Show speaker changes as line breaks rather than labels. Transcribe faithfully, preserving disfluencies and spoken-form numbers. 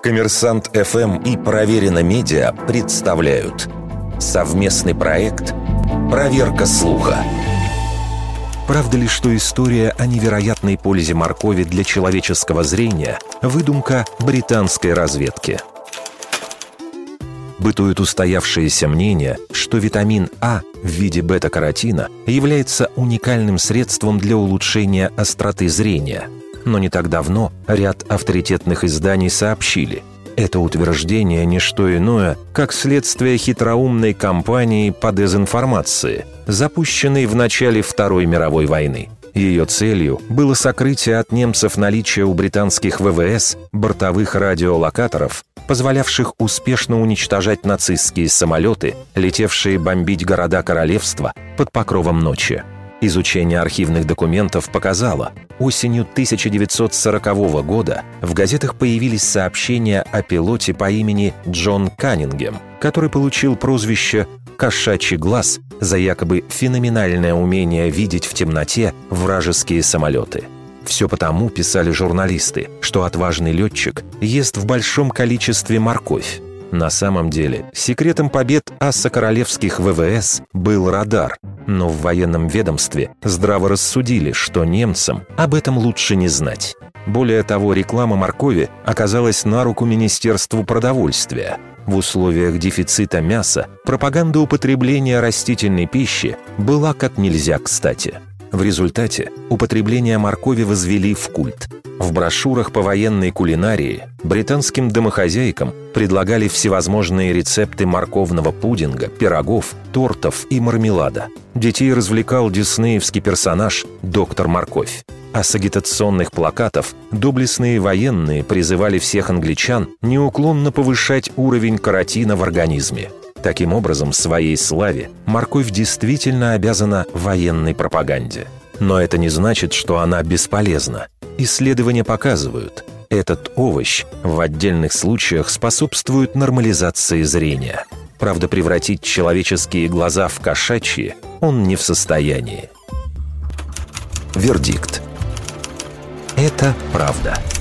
Коммерсант эф эм и Проверено Медиа представляют совместный проект «Проверка слуха». Правда ли, что история о невероятной пользе моркови для человеческого зрения – выдумка британской разведки? Бытует устоявшееся мнение, что витамин А в виде бета-каротина является уникальным средством для улучшения остроты зрения. Но не так давно ряд авторитетных изданий сообщили, это утверждение не что иное, как следствие хитроумной кампании по дезинформации, запущенной в начале Второй мировой войны. Ее целью было сокрытие от немцев наличия у британских вэ вэ эс бортовых радиолокаторов, позволявших успешно уничтожать нацистские самолеты, летевшие бомбить города королевства под покровом ночи. Изучение архивных документов показало, осенью тысяча девятьсот сорокового года в газетах появились сообщения о пилоте по имени Джон Каннингем, который получил прозвище «Кошачий глаз» за якобы феноменальное умение видеть в темноте вражеские самолеты. Все потому, писали журналисты, что отважный летчик ест в большом количестве морковь. На самом деле, секретом побед аса королевских вэ вэ эс был радар, но в военном ведомстве здраво рассудили, что немцам об этом лучше не знать. Более того, реклама моркови оказалась на руку Министерству продовольствия. В условиях дефицита мяса пропаганда употребления растительной пищи была как нельзя кстати. В результате употребление моркови возвели в культ. В брошюрах по военной кулинарии британским домохозяйкам предлагали всевозможные рецепты морковного пудинга, пирогов, тортов и мармелада. Детей развлекал диснеевский персонаж доктор Морковь. А с агитационных плакатов доблестные военные призывали всех англичан неуклонно повышать уровень каротина в организме. Таким образом, своей славе морковь действительно обязана военной пропаганде. Но это не значит, что она бесполезна. Исследования показывают, этот овощ в отдельных случаях способствует нормализации зрения. Правда, превратить человеческие глаза в кошачьи он не в состоянии. Вердикт. Это правда.